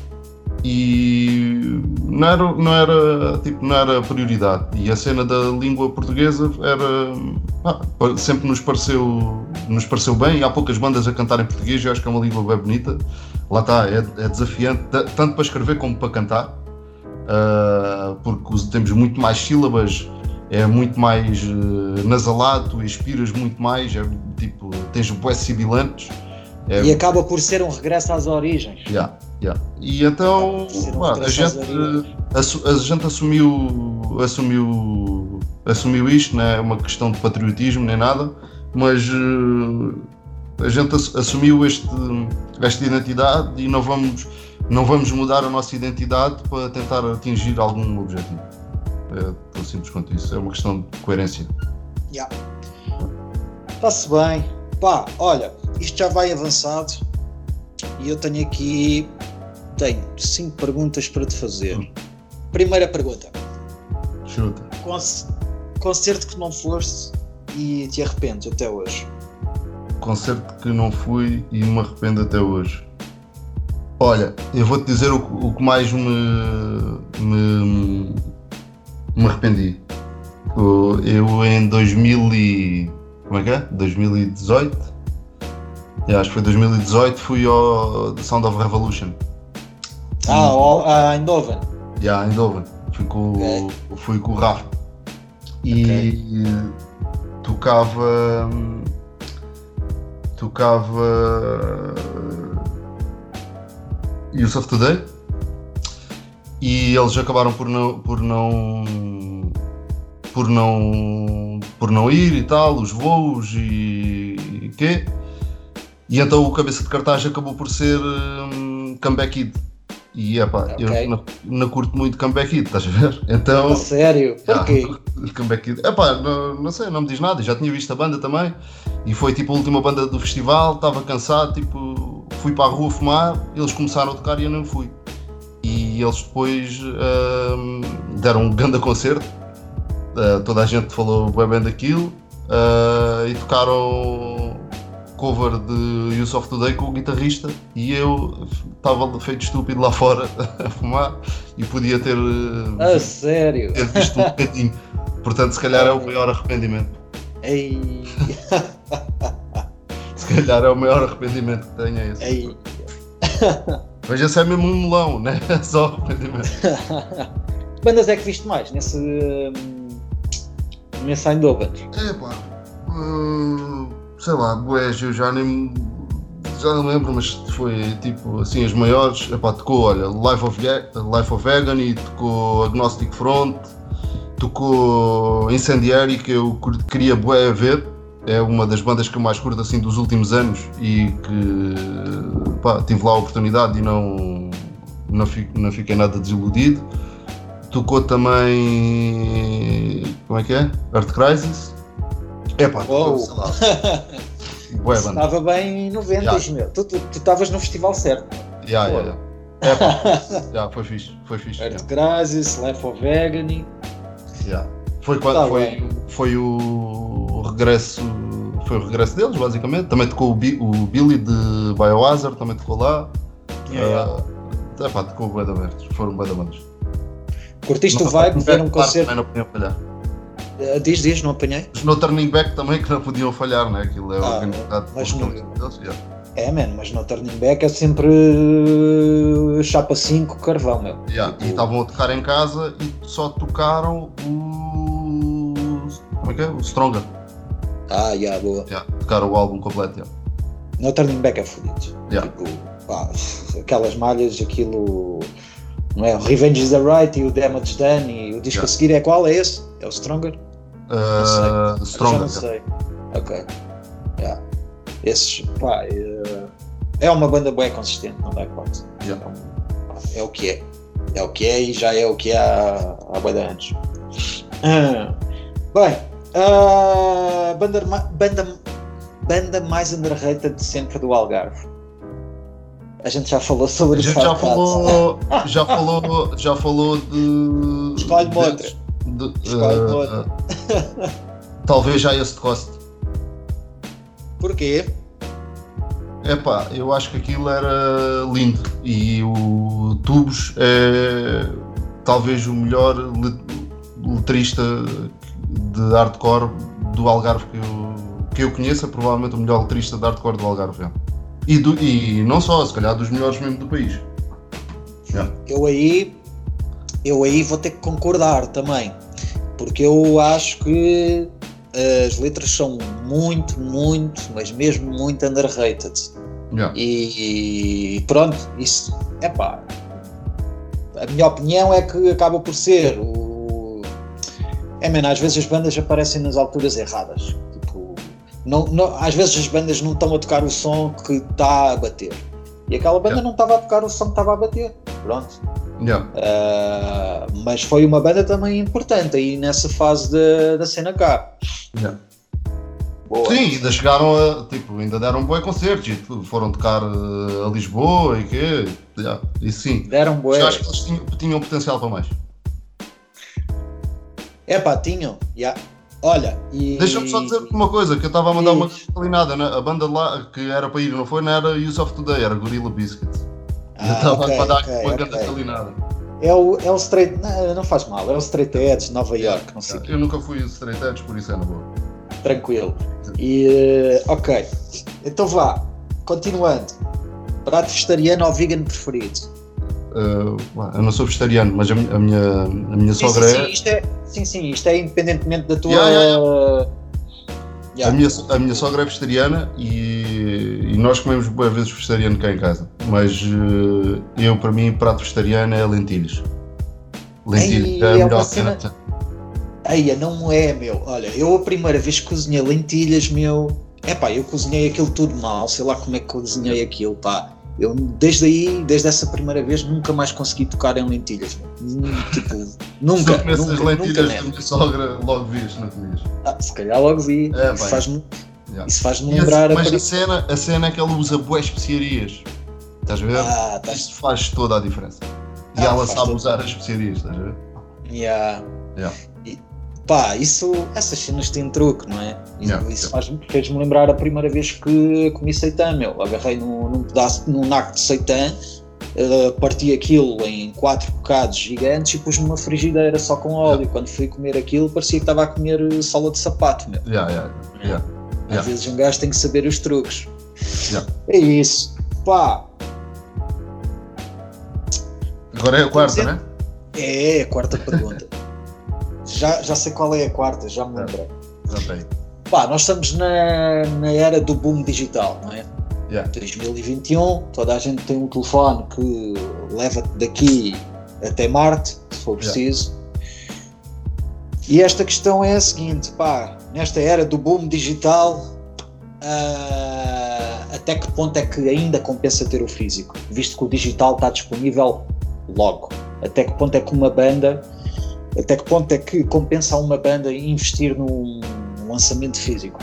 e não era, não, era, tipo, não era prioridade. E a cena da língua portuguesa era, ah, sempre nos pareceu, nos pareceu bem. E há poucas bandas a cantar em português, eu acho que é uma língua bem bonita. Lá está, é, é desafiante, tanto para escrever como para cantar, uh, porque temos muito mais sílabas, é muito mais uh, nasalado, tu expiras muito mais, é, tipo, tens bué sibilantes. É... E acaba por ser um regresso às origens. Yeah, yeah. E então um pá, a, gente, a, a gente assumiu, assumiu, assumiu isto, não é uma questão de patriotismo nem nada, mas uh, a gente assumiu este, esta identidade e não vamos, não vamos mudar a nossa identidade para tentar atingir algum objetivo. É tão simples quanto isso, é uma questão de coerência. Yeah. Está-se bem. Pá, olha, isto já vai avançado e eu tenho aqui tenho cinco perguntas para te fazer. Hum. Primeira pergunta. Chuta. Conce- concerto que não foste e te arrependes até hoje? Concerto que não fui e me arrependo até hoje. Olha, eu vou-te dizer o, o que mais me, me, me arrependi. Eu em dois mil e... Como é que é? dois mil e dezoito? Yeah, acho que foi dois mil e dezoito, fui ao The Sound of Revolution. Ah, ao, a Eindhoven. Yeah, Eindhoven. Fui com, okay. fui com o Rafa. E okay. tocava... Tocava... Youth of Today. E eles acabaram por não... Por não por não, por não ir e tal, os voos e, e quê. E então o cabeça de cartaz acabou por ser um, Comeback Kid. E epá, okay. eu não, não curto muito Comeback Kid, estás a ver? Então, a sério? Porquê? Yeah, Comeback Kid. Epá, não, não sei, não me diz nada, já tinha visto a banda também. E foi tipo a última banda do festival, estava cansado, tipo, fui para a rua fumar, eles começaram a tocar e eu não fui. E eles depois um, deram um grande concerto. Uh, toda a gente falou bem daquilo uh, e tocaram cover de Youth of Today com o guitarrista e eu estava feito estúpido lá fora a fumar e podia ter, uh, ah, sério? ter visto um bocadinho, portanto se calhar é o maior arrependimento. Ei. Se calhar é o maior arrependimento que tenho, é esse. Ei. Mas esse é mesmo um melão, né? É só arrependimento. Que bandas é que viste mais nesse... Um... nesse Eindhoven? É pá, uh, sei lá, boés, eu já nem já não lembro, mas foi tipo assim as maiores. Epá, tocou, olha, Life of, Life of Agony, tocou Agnostic Front, tocou Incendiary, que eu queria bué ver, é uma das bandas que eu mais curto assim dos últimos anos e que pá, tive lá a oportunidade e não, não, fico, não fiquei nada desiludido. Tocou também, como é que é? Earth Crisis. É pá, oh. sei lá. Estava bem em noventa, yeah. Meu. Tu estavas no festival certo. Já, já, já. É pá, já, foi fixe, foi fixe. Earth yeah. Crisis, Life of Agony. Yeah. Foi, quando, tá foi, foi o regresso, foi o regresso deles, basicamente. Também tocou o, Bi, o Billy de Biohazard, também tocou lá. Yeah, uh, yeah. É pá, tocou o bué da bandas, foram bué da bandas. Curtiste o vibe de ver um concerto? Não podiam falhar. Uh, diz, diz, não apanhei? Os No Turning Back também que não podiam falhar, né? Aquilo é ah, organizado por no... deles. Yeah. É, mano, mas No Turning Back é sempre uh, chapa cinco, carvão, meu. Yeah. Tipo... E estavam a tocar em casa e só tocaram o... Como é que é? O Stronger. Ah, já, yeah, boa. Yeah. Tocaram o álbum completo, yeah. No Turning Back é fodido. Yeah. Tipo, pá, aquelas malhas, aquilo... Não é? O Revenge is the Right e o Damage Done e o disco yeah. a seguir é qual? É esse? É o Stronger? Uh, não sei. Stronger, já não sei. Yeah. Ok. Yeah. Esses, pá, é, é uma banda bem consistente, não dá hipótese. Yeah. É o que é. É o que é e já é o que é há, há bem de anos. Ah, bem, a banda, banda, banda mais underrated de sempre do Algarve. A gente já falou sobre isso. A gente já falou, já falou, já falou de. Escolhe-me outra. Escolhe-me uh, outra. Talvez já esse Cost. Porquê? Epá, eu acho que aquilo era lindo e o Tubos é talvez o melhor letrista de hardcore do Algarve que eu, que eu conheço, é provavelmente o melhor letrista de hardcore do Algarve. E, do, e não só, se calhar dos melhores mesmo do país. Yeah. Eu aí, eu aí vou ter que concordar também, porque eu acho que as letras são muito, muito, mas mesmo muito underrated. Yeah. E, e pronto, isso, epá, a minha opinião é que acaba por ser o... É, mano, às vezes as bandas aparecem nas alturas erradas. Tipo, não, não, às vezes as bandas não estão a tocar o som que está a bater. E aquela banda yeah. não estava a tocar o som que estava a bater. Pronto. Yeah. Uh, mas foi uma banda também importante aí nessa fase da, da cena cá. Yeah. Boa. Sim, ainda chegaram a, tipo, ainda deram um bom concertos e foram tocar a Lisboa e quê, yeah. E sim, deram bué. Acho que eles tinham, tinham potencial para mais. É pá, tinham, yeah. Olha, e... Deixa-me só dizer uma coisa, que eu estava a mandar uma calinada, né? A banda lá que era para ir, não foi, não era Use of Today, era Gorilla Biscuit. Ah, eu estava okay, a mandar okay, uma okay. grande calinada. É o, é o Straight, não, não faz mal, é o Straight Edge de Nova York, não sei. Eu nunca fui Straight Edge, por isso é na boa. Tranquilo. E, ok, então vá, continuando. Prato vegetariano ou vegan preferido? Uh, eu não sou vegetariano, mas a minha, a minha, a minha sim, sogra sim, é... Sim, isto é... Sim, sim, isto é independentemente da tua... Yeah, yeah, yeah. Yeah. A, minha, a minha sogra é vegetariana e, e nós comemos boas vezes vegetariano cá em casa. Mas uh, eu, para mim, prato vegetariano é lentilhas. Lentilhas Ei, é a é melhor cena... cena. Eia, não é, meu. Olha, eu a primeira vez que cozinhei lentilhas, meu... Epá, eu cozinhei aquilo tudo mal, sei lá como é que cozinhei aquilo, pá. Eu, desde aí, desde essa primeira vez, nunca mais consegui tocar em lentilhas. Tipo, nunca. Se eu comesse as lentilhas nunca, da minha sogra, logo vias, não comias. Ah, se calhar logo vi. É, isso faz-me yeah. faz lembrar... Mas a, a, cena, a cena é que ela usa boas especiarias. Estás a ver? Ah, tá. Isso faz toda a diferença. E ah, ela sabe usar as especiarias, estás a ver? Yeah. Yeah. E, pá, isso, essas cenas têm truque, não é? E, yeah. Isso faz-me, fez-me lembrar a primeira vez que comi seitã, meu. Agarrei num, num pedaço, num naco de seitã, uh, parti aquilo em quatro bocados gigantes e pus-me numa frigideira só com óleo. Yeah. Quando fui comer aquilo, parecia que estava a comer sola de sapato, meu. Yeah, yeah, yeah. Às yeah. vezes um gajo tem que saber os truques. Yeah. É isso. Pá. Agora é a quarta, né? É, é a quarta pergunta. já, já sei qual é a quarta, já me lembrei. Já tem. Pá, nós estamos na, na era do boom digital, não é? Yeah. dois mil e vinte e um, toda a gente tem um telefone que leva-te daqui até Marte, se for preciso. Yeah. E esta questão é a seguinte, pá, nesta era do boom digital, uh, até que ponto é que ainda compensa ter o físico? Visto que o digital está disponível logo. Até que ponto é que uma banda, até que ponto é que compensa a uma banda investir num lançamento físico?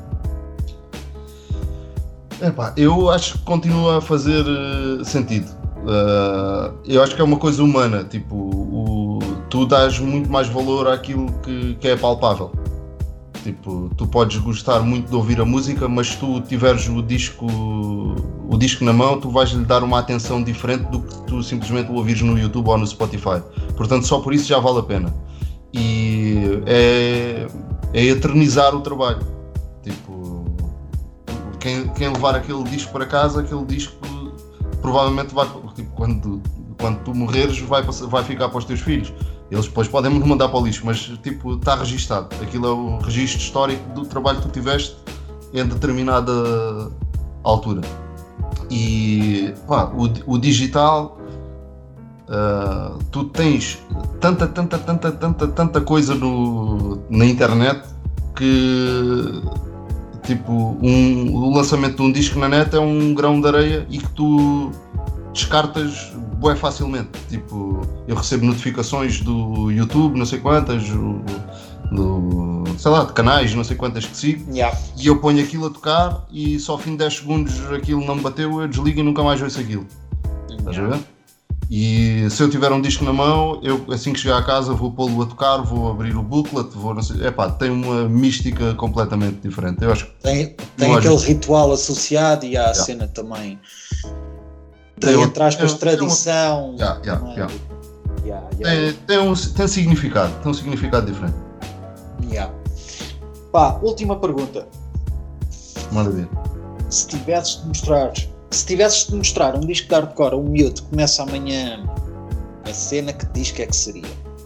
Epá, eu acho que continua a fazer uh, sentido. Uh, eu acho que é uma coisa humana, tipo, o, tu dás muito mais valor àquilo que, que é palpável. Tipo, tu podes gostar muito de ouvir a música, mas se tu tiveres o disco, o disco na mão, tu vais lhe dar uma atenção diferente do que tu simplesmente o ouvires no YouTube ou no Spotify. Portanto, só por isso já vale a pena. E é, é eternizar o trabalho. Tipo, quem, quem levar aquele disco para casa, aquele disco provavelmente vai, tipo, quando, quando tu morreres, vai, vai ficar para os teus filhos. Eles depois podem me mandar para o lixo, mas tipo, está registado. Aquilo é o registro histórico do trabalho que tu tiveste em determinada altura. E pá, o, o digital, uh, tu tens tanta, tanta, tanta, tanta, tanta coisa no, na internet que tipo, um, o lançamento de um disco na net é um grão de areia e que tu descartas bué facilmente. Tipo, eu recebo notificações do YouTube, não sei quantas, o, do, sei lá, de canais, não sei quantas que sigo, Yeah. e eu ponho aquilo a tocar e só ao fim de dez segundos aquilo não me bateu, eu desligo e nunca mais ouço aquilo. Estás a ver? E se eu tiver um disco na mão, eu assim que chegar a casa vou pô-lo a tocar, vou abrir o booklet, vou não sei, epá, tem uma mística completamente diferente. Eu acho que Tem, tem aquele ritual associado e há a yeah. cena também. Tem, tem entre aspas, tem, tradição. Tem, yeah, yeah, yeah. Yeah, yeah. Tem, tem, um, tem significado, tem um significado diferente. Yeah. Pá, última pergunta. Manda ver. Se tivesses de mostrar, se tivesses de mostrar um disco de hardcore a um miúdo que começa amanhã, a cena que disco é que seria?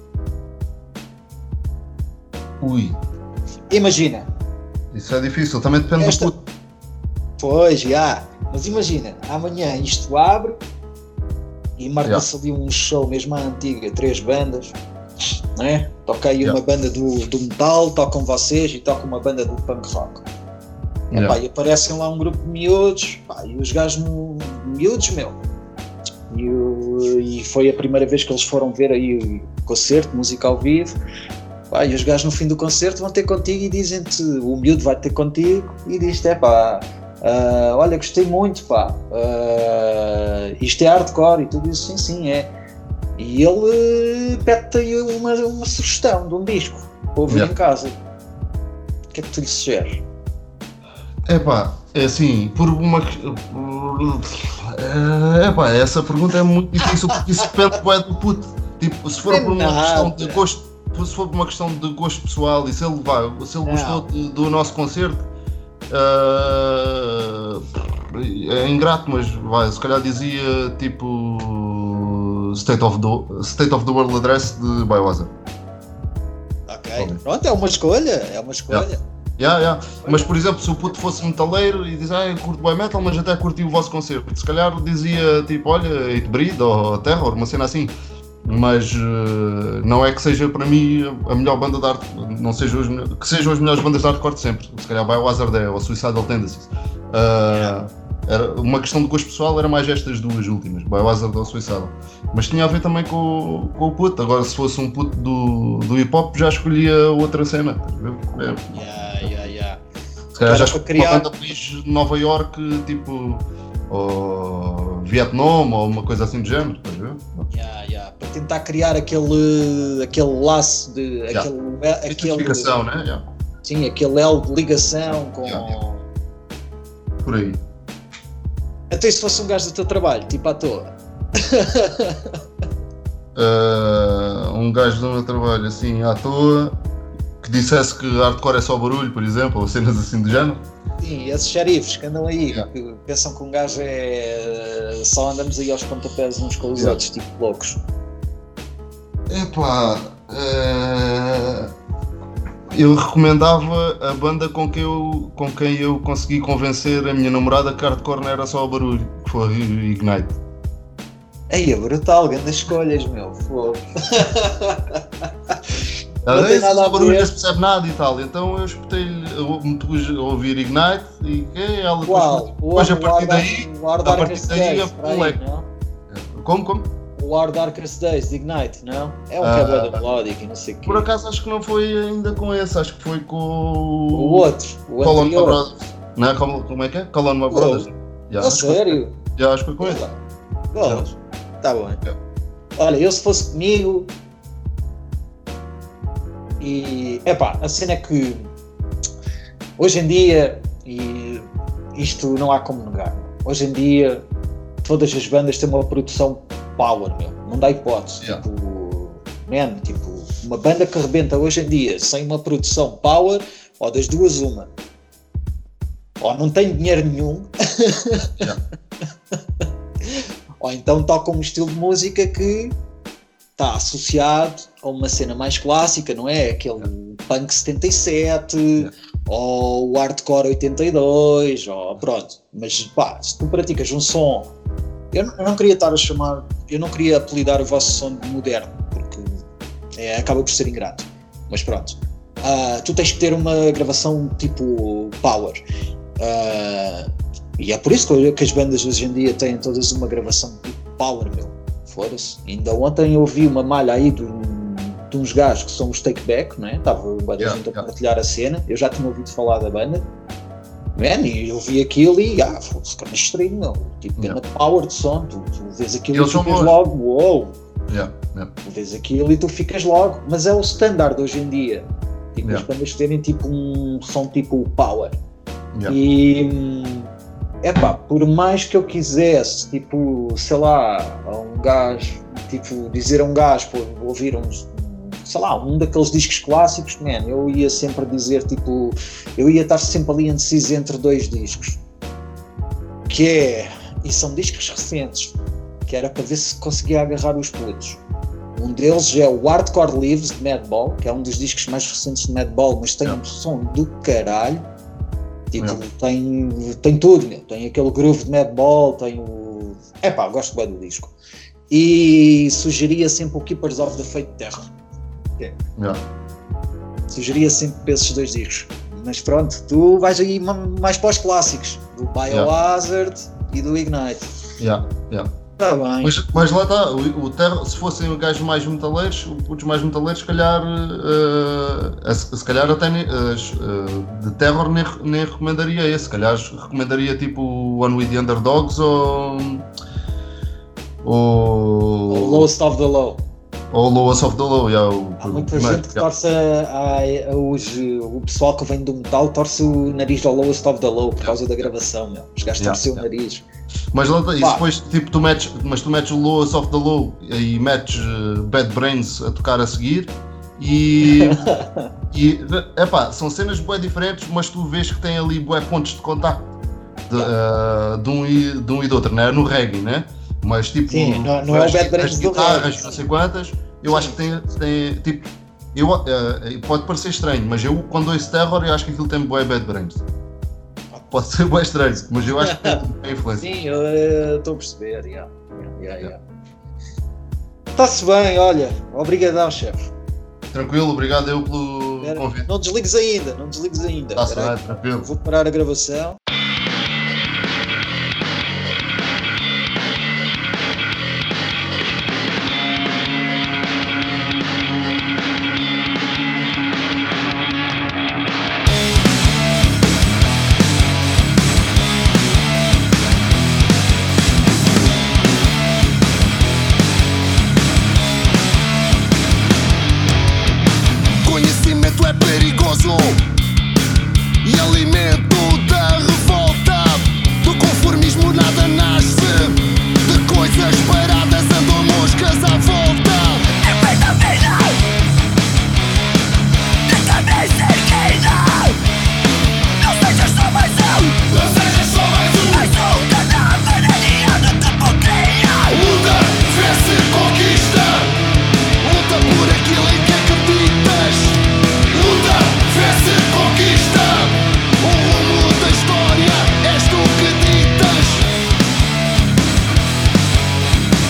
Ui. Imagina. Isso é difícil, também depende Esta... do puto. Pois, já. Yeah. Mas imagina, amanhã isto abre e marca-se yeah. ali um show mesmo à antiga, três bandas, não é? Toca aí yeah. uma banda do, do metal, tocam vocês e toca uma banda do punk rock. Yeah. Epá, e aparecem lá um grupo de miúdos, pá, e os gajos no, miúdos, meu. E, o, e foi a primeira vez que eles foram ver aí o concerto, música ao vivo. Pá, e os gajos no fim do concerto vão ter contigo e dizem-te, o miúdo vai ter contigo e diz-te, é pá, uh, olha, gostei muito, pá, uh, isto é hardcore, e tu dizes, sim, sim, é. E ele uh, pede-te aí uma, uma sugestão de um disco para ouvir yeah. em casa. O que é que tu lhe sugeres? É pá, é assim, por uma. É pá, essa pergunta é muito difícil porque isso depende do puto. Tipo, se for por uma questão de gosto, se for por uma questão de gosto pessoal e se ele vai, se ele gostou de, do nosso concerto, uh, é ingrato, mas vai, se calhar dizia tipo State of the, State of the World Address de Biohazard. Ok, okay. Pronto, é uma escolha, é uma escolha. Yeah. Yeah, yeah. Mas por exemplo, se o puto fosse metaleiro e diz, ah, eu curto boy metal, mas até curti o vosso concerto, se calhar dizia tipo, olha, Hatebreed ou Terror, uma cena assim. Mas uh, não é que seja para mim a melhor banda de arte, não seja os, que sejam as melhores bandas de hardcore de sempre. Se calhar Biohazard é ou Suicidal Tendencies. Uh, era uma questão de gosto pessoal, era mais estas duas últimas, Biohazard ou Suicidal. Mas tinha a ver também com, com o puto. Agora, se fosse um puto do, do hip hop, já escolhia outra cena. É. Yeah, yeah, yeah. Se calhar já escolhia criar... uma banda de Nova York, tipo, ou Vietnã, ou uma coisa assim do género. Estás a ver? Yeah, yeah. Para tentar criar aquele, aquele laço de. Yeah. Aquele, Identificação, aquele, né? Yeah. Sim, aquele elo de ligação com. Yeah, yeah. Por aí. Até se fosse um gajo do teu trabalho, tipo à toa. uh, um gajo do meu trabalho, assim, à toa, que dissesse que hardcore é só barulho, por exemplo, ou cenas assim do género. Sim, esses xerifes que andam aí, yeah. que pensam que um gajo é. Só andamos aí aos pontapés uns com os yeah. outros, tipo loucos. Epá. Uh... Eu recomendava a banda com quem, eu, com quem eu consegui convencer a minha namorada que hardcore não era só o barulho, que foi Ignite. Ei, é brutal, grandes escolhas, meu, fogo. Ela não tem nada a barulho, não se percebe nada e tal, então eu espetei-lhe, eu me pus a ouvir Ignite e ela depois, Uau, depois a partir daí, o a partir daí, um leque. Como, como? O Our Darkest Days de Ignite, não? É um uh, quebra melódico e não sei o quê. Por acaso acho que não foi ainda com esse, acho que foi com o outro, o Call on My Brothers. Não é? Como, como é que é? Call on My Brothers. Yeah, a sério? Já acho que foi com esse. Bolas, tá bom. Yeah. Olha, eu se fosse comigo e, epá, a cena é que hoje em dia, e isto não há como negar, hoje em dia todas as bandas têm uma produção power, meu, não dá hipótese. Yeah. Tipo, man, tipo, uma banda que rebenta hoje em dia sem uma produção power, ou das duas uma, ou não tem dinheiro nenhum, yeah. ou então toca um estilo de música que está associado a uma cena mais clássica, não é? Aquele yeah. punk setenta e sete, yeah. ou o hardcore oitenta e dois, ou pronto. Mas pá, se tu praticas um som, eu não, eu não queria estar a chamar, eu não queria apelidar o vosso som de moderno, porque é, acaba por ser ingrato, mas pronto. Uh, tu tens que ter uma gravação tipo power, uh, e é por isso que, que as bandas hoje em dia têm todas uma gravação tipo power, meu, foda-se. Ainda ontem eu ouvi uma malha aí do, de uns gajos que são os Take Back, não é? Estava a Yeah, gente a yeah. partilhar a cena, eu já tinha ouvido falar da banda, man, e eu vi aquilo e, ah, foda-se, que estranho, não, tipo, Yeah. yeah. power de som, tu, tu vês aquilo Eles e são ficas bons. logo, uou, Yeah, yeah. tu vês aquilo e tu ficas logo, mas é o standard hoje em dia, tipo, Yeah. as bandas terem tipo um som tipo power, Yeah. e, epá, por mais que eu quisesse, tipo, sei lá, a um gajo, tipo, dizer a um gajo, pô, vou ouvir uns, sei lá, um daqueles discos clássicos, man, eu ia sempre dizer, tipo, eu ia estar sempre ali indeciso entre dois discos, que é, e são discos recentes, que era para ver se conseguia agarrar os putos. Um deles é o Hardcore Lives de Madball, que é um dos discos mais recentes de Madball, mas tem um som do caralho. Tipo, Yeah. tem, tem tudo, meu. Tem aquele groove de Madball, tem o... Epá, gosto bem do disco. E sugeria sempre o Keepers of the Fate Terror. Yeah. Sugeria sempre para esses dois discos. Mas pronto, tu vais aí ma- mais para os clássicos, do Biohazard e do Ignite. Yeah, yeah. Está bem. Mas, mas lá está, o, o terror, se fossem os gajos mais metaleiros, os mais metaleiros, se calhar, uh, se, se calhar até nem, uh, de terror nem, nem recomendaria esse, se calhar recomendaria tipo One with the Underdogs ou. ou. O Lowest of the Low. ou Lowest of the Low, yeah, o, Há o muita primeiro, gente que yeah. torce a, a, a os, o pessoal que vem do metal torce o nariz ao Lowest of the Low por causa da gravação, meu. Os gajos Yeah, torcem o yeah. nariz. Mas lá está, e Pá. depois tipo, tu metes, mas tu metes o Lowest of the Low e metes uh, Bad Brains a tocar a seguir e, e epá, são cenas bem diferentes, mas tu vês que tem ali bué pontos de contacto de, uh, de, um e, de um e do outro, né? No reggae, né? Mas tipo, Sim, não- não é o as- Bad Brains as do guitarras, reggae. não sei quantas, eu Sim. acho que tem, tem tipo, eu, uh, pode parecer estranho, mas eu quando ouço terror eu acho que aquilo tem bué Bad Brains. Pode ser bem estranho, mas eu acho que tem tem influência. Sim, eu estou a perceber. Yeah. Yeah, yeah. Está-se bem, olha. Obrigadão, chefe. Tranquilo, obrigado eu pelo Espera, convite. Não desligues ainda, não desligues ainda. Está-se Espera bem, aí, tranquilo. vou parar a gravação. Conhecimento é perigoso e alimento da revolta. Do conformismo nada nasce, de coisas paradas andam moscas à volta. É feita a vida de cabeça erguida. Não sejas só mais um, não sejas só mais um. Mais um cadáver aliado de boquinha. Luta, vê-se, conquista. Luta por aquilo em que acreditas. Luta, vê-se, conquista. O rumo da história és tu que ditas.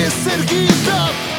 cabeça erguida.